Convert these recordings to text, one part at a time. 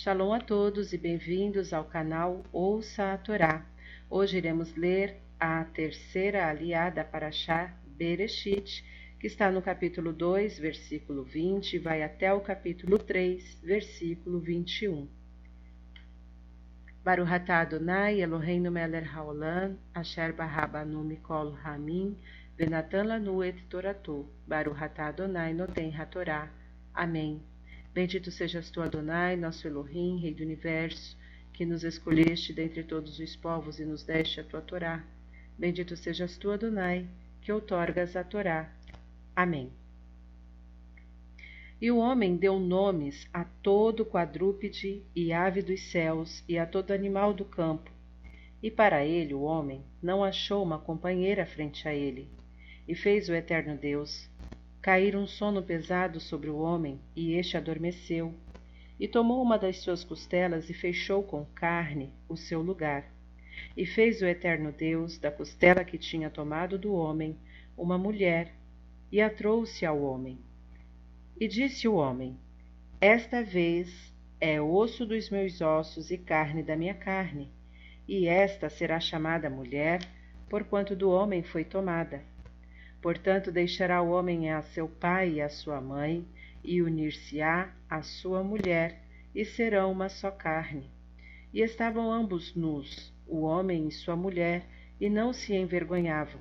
Shalom a todos e bem-vindos ao canal Ouça a Torá. Hoje iremos ler a terceira aliada Parashá Bereshit, que está no capítulo 2, versículo 20, e vai até o capítulo 3, versículo 21. Baruch atah Adonai Eloheinu melech haolam, asher bara banu mikol hamim, venatan lanu et torato. Baruch atah Adonai noten hatorá. Amém. Bendito sejas tu, Adonai, nosso Elohim, Rei do Universo, que nos escolheste dentre todos os povos e nos deste a tua Torá. Bendito sejas tu, Adonai, que outorgas a Torá. Amém. E o homem deu nomes a todo quadrúpede e ave dos céus e a todo animal do campo. E para ele, o homem, não achou uma companheira frente a ele. E fez o eterno Deus cair um sono pesado sobre o homem, e este adormeceu. E tomou uma das suas costelas e fechou com carne o seu lugar. E fez o eterno Deus, da costela que tinha tomado do homem, uma mulher, e a trouxe ao homem. E disse o homem: Esta vez é osso dos meus ossos e carne da minha carne, e esta será chamada mulher, porquanto do homem foi tomada. Portanto, deixará o homem a seu pai e a sua mãe, e unir-se-á à sua mulher, e serão uma só carne. E estavam ambos nus, o homem e sua mulher, e não se envergonhavam.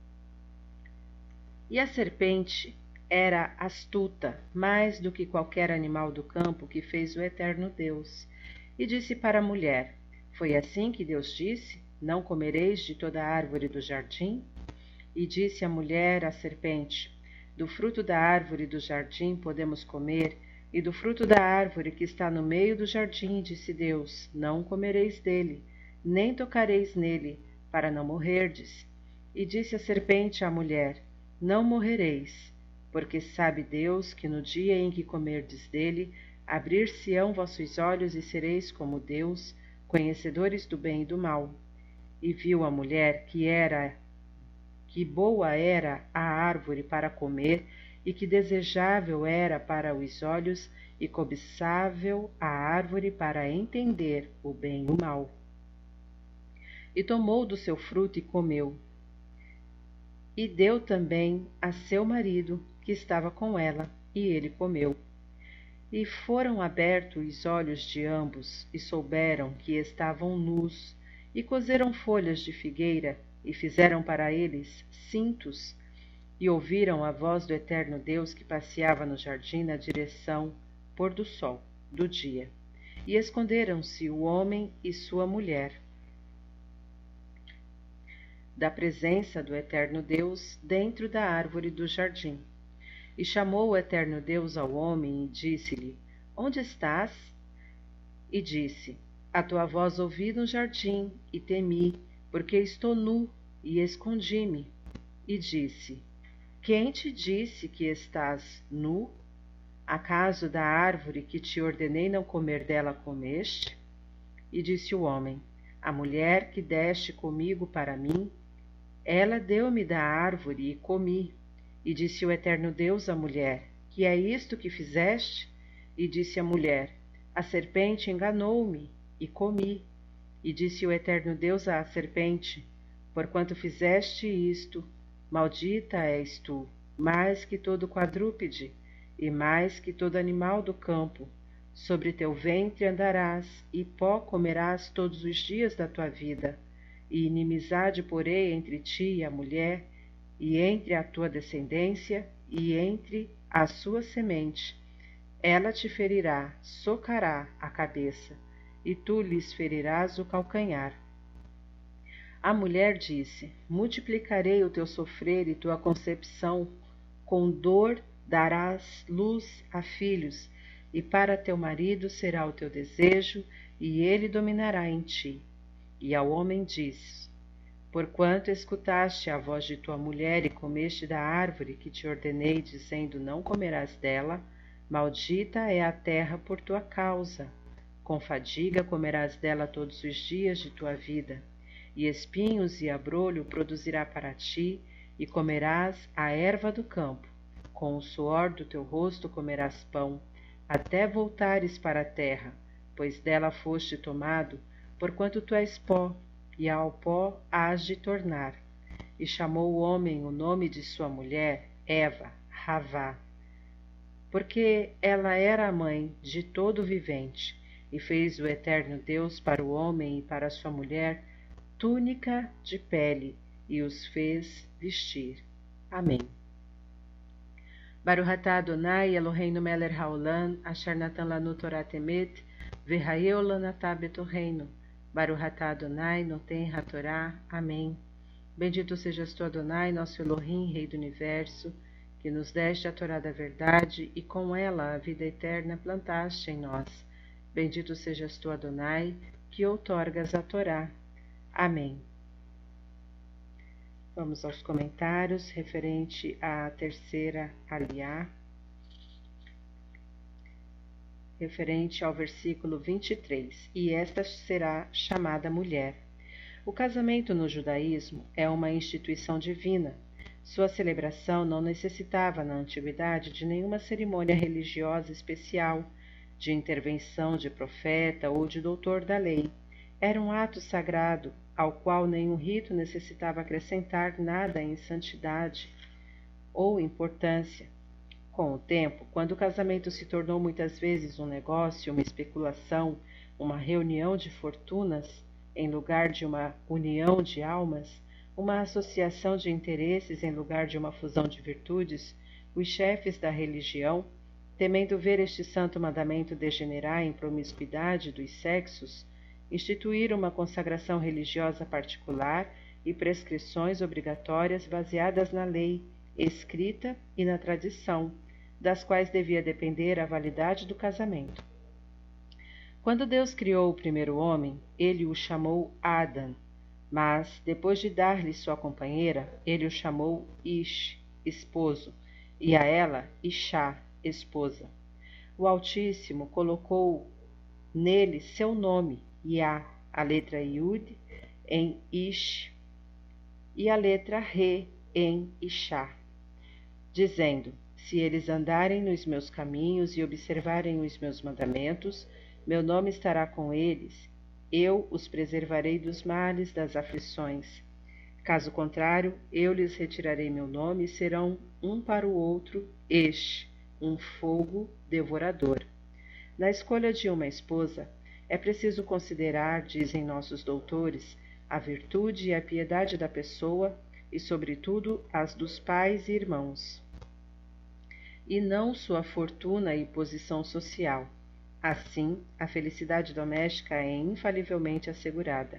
E a serpente era astuta, mais do que qualquer animal do campo que fez o eterno Deus. E disse para a mulher: Foi assim que Deus disse: Não comereis de toda a árvore do jardim? E disse a mulher à serpente: Do fruto da árvore do jardim podemos comer, e do fruto da árvore que está no meio do jardim, disse Deus: Não comereis dele, nem tocareis nele, para não morrerdes. E disse a serpente à mulher: Não morrereis, porque sabe Deus que no dia em que comerdes dele, abrir-se-ão vossos olhos e sereis como Deus, conhecedores do bem e do mal. E viu a mulher que boa era a árvore para comer, e que desejável era para os olhos, e cobiçável a árvore para entender o bem e o mal. E tomou do seu fruto e comeu. E deu também a seu marido, que estava com ela, e ele comeu. E foram abertos os olhos de ambos, e souberam que estavam nus, e coseram folhas de figueira, e fizeram para eles cintos, e ouviram a voz do eterno Deus que passeava no jardim na direção pôr do sol, do dia. E esconderam-se o homem e sua mulher da presença do eterno Deus dentro da árvore do jardim. E chamou o eterno Deus ao homem e disse-lhe: Onde estás? E disse: A tua voz ouvi no jardim, e temi, porque estou nu, e escondi-me. E disse: Quem te disse que estás nu? Acaso da árvore que te ordenei não comer dela comeste? E disse o homem: A mulher que deste comigo para mim, ela deu-me da árvore e comi. E disse o eterno Deus à mulher: Que é isto que fizeste? E disse a mulher: A serpente enganou-me, e comi. E disse o eterno Deus à serpente: Porquanto fizeste isto, maldita és tu, mais que todo quadrúpede, e mais que todo animal do campo. Sobre teu ventre andarás, e pó comerás todos os dias da tua vida. E inimizade porei entre ti e a mulher, e entre a tua descendência, e entre a sua semente. Ela te ferirá, socará a cabeça, e tu lhes ferirás o calcanhar. A mulher disse: Multiplicarei o teu sofrer e tua concepção, com dor darás luz a filhos, e para teu marido será o teu desejo, e ele dominará em ti. E ao homem disse: Porquanto escutaste a voz de tua mulher e comeste da árvore que te ordenei, dizendo: Não comerás dela, maldita é a terra por tua causa. Com fadiga comerás dela todos os dias de tua vida, e espinhos e abrolho produzirá para ti, e comerás a erva do campo. Com o suor do teu rosto comerás pão, até voltares para a terra, pois dela foste tomado, porquanto tu és pó, e ao pó hás de tornar. E chamou o homem o nome de sua mulher, Eva, Havá, porque ela era a mãe de todo vivente, e fez o Eterno Deus para o homem e para sua mulher túnica de pele, e os fez vestir. Amém. Baruch atah Adonai Eloheinu melech haolam, asher natan lanu Torah temet, v'hayeu lanatah betorreinu. Baruch atah Adonai noten hatorá. Amém. Bendito sejas tu, Adonai, nosso Elohim, Rei do Universo, que nos deste a Torá da verdade e com ela a vida eterna plantaste em nós. Bendito sejas tu, Adonai, que outorgas a Torá. Amém. Vamos aos comentários referente à terceira aliá, referente ao versículo 23, e esta será chamada mulher. O casamento no judaísmo é uma instituição divina. Sua celebração não necessitava na antiguidade de nenhuma cerimônia religiosa especial, de intervenção de profeta ou de doutor da lei. Era um ato sagrado, ao qual nenhum rito necessitava acrescentar nada em santidade ou importância. Com o tempo, quando o casamento se tornou muitas vezes um negócio, uma especulação, uma reunião de fortunas, em lugar de uma união de almas, uma associação de interesses em lugar de uma fusão de virtudes, os chefes da religião, temendo ver este santo mandamento degenerar em promiscuidade dos sexos, instituíram uma consagração religiosa particular e prescrições obrigatórias baseadas na lei escrita e na tradição, das quais devia depender a validade do casamento. Quando Deus criou o primeiro homem, ele o chamou Adão, mas, depois de dar-lhe sua companheira, ele o chamou Ish, esposo, e a ela Ishá, esposa. O Altíssimo colocou nele seu nome, Yah, a letra Yud, em Ish, e a letra Re, em Ishá, dizendo: se eles andarem nos meus caminhos e observarem os meus mandamentos, meu nome estará com eles, eu os preservarei dos males, das aflições. Caso contrário, eu lhes retirarei meu nome e serão um para o outro Esh, um fogo devorador. Na escolha de uma esposa, é preciso considerar, dizem nossos doutores, a virtude e a piedade da pessoa e, sobretudo, as dos pais e irmãos, e não sua fortuna e posição social. Assim, a felicidade doméstica é infalivelmente assegurada.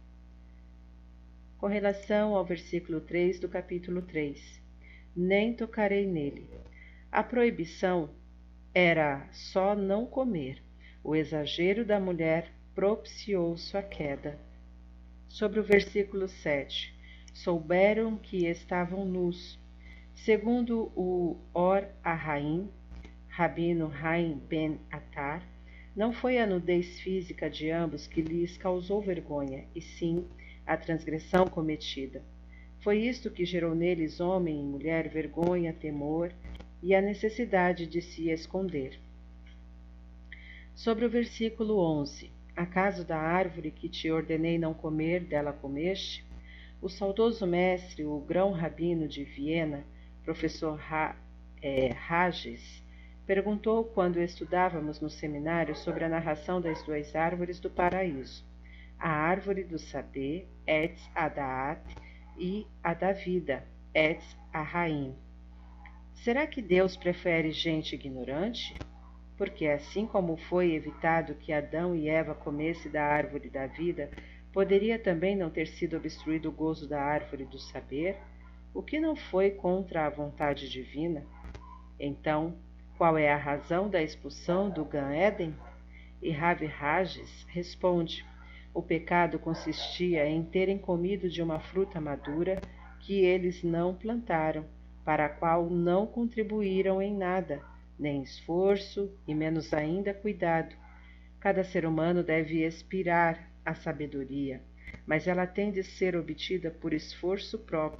Com relação ao versículo 3 do capítulo 3, nem tocarei nele. A proibição era só não comer. O exagero da mulher propiciou sua queda. Sobre o versículo 7, souberam que estavam nus. Segundo o Or Ahaim, Rabino Haim ben Atar, não foi a nudez física de ambos que lhes causou vergonha, e sim a transgressão cometida. Foi isto que gerou neles, homem e mulher, vergonha, temor e a necessidade de se esconder. Sobre o versículo 11, acaso da árvore que te ordenei não comer, dela comeste? O saudoso mestre, o grão-rabino de Viena, professor Rages, perguntou quando estudávamos no seminário sobre a narração das duas árvores do paraíso, a árvore do saber, Etz Adaat, e a da vida, Etz Ahaim. Será que Deus prefere gente ignorante? Porque assim como foi evitado que Adão e Eva comessem da árvore da vida, poderia também não ter sido obstruído o gozo da árvore do saber, o que não foi contra a vontade divina? Então, qual é a razão da expulsão do Gan Éden? E Rav Rages responde: o pecado consistia em terem comido de uma fruta madura que eles não plantaram, para a qual não contribuíram em nada, nem esforço e menos ainda cuidado. Cada ser humano deve aspirar à sabedoria, mas ela tem de ser obtida por esforço próprio,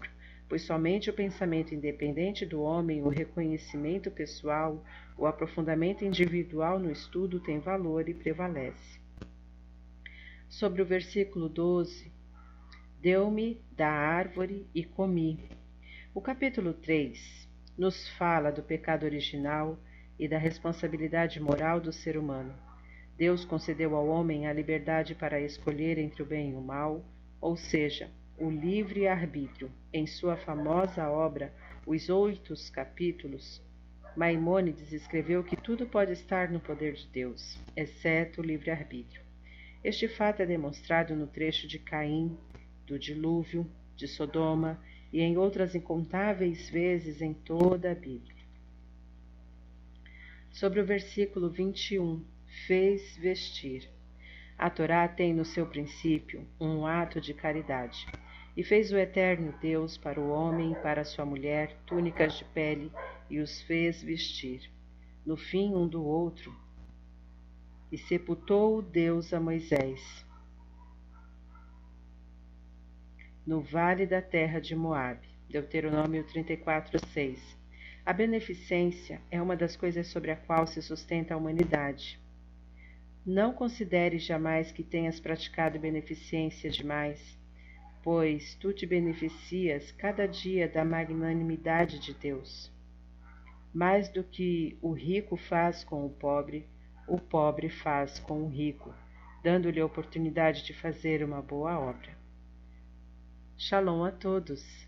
pois somente o pensamento independente do homem, o reconhecimento pessoal, o aprofundamento individual no estudo tem valor e prevalece. Sobre o versículo 12, deu-me da árvore e comi. O capítulo 3 nos fala do pecado original e da responsabilidade moral do ser humano. Deus concedeu ao homem a liberdade para escolher entre o bem e o mal, ou seja, o livre-arbítrio. Em sua famosa obra, Os 8 Capítulos, Maimônides escreveu que tudo pode estar no poder de Deus, exceto o livre-arbítrio. Este fato é demonstrado no trecho de Caim, do dilúvio, de Sodoma e em outras incontáveis vezes em toda a Bíblia. Sobre o versículo 21, fez vestir. A Torá tem no seu princípio um ato de caridade, e fez o eterno Deus para o homem e para sua mulher túnicas de pele e os fez vestir, no fim um do outro. E sepultou Deus a Moisés no vale da terra de Moabe. Deuteronômio 34:6. A beneficência é uma das coisas sobre a qual se sustenta a humanidade. Não consideres jamais que tenhas praticado beneficência demais, pois tu te beneficias cada dia da magnanimidade de Deus. Mais do que o rico faz com o pobre faz com o rico, dando-lhe a oportunidade de fazer uma boa obra. Shalom a todos!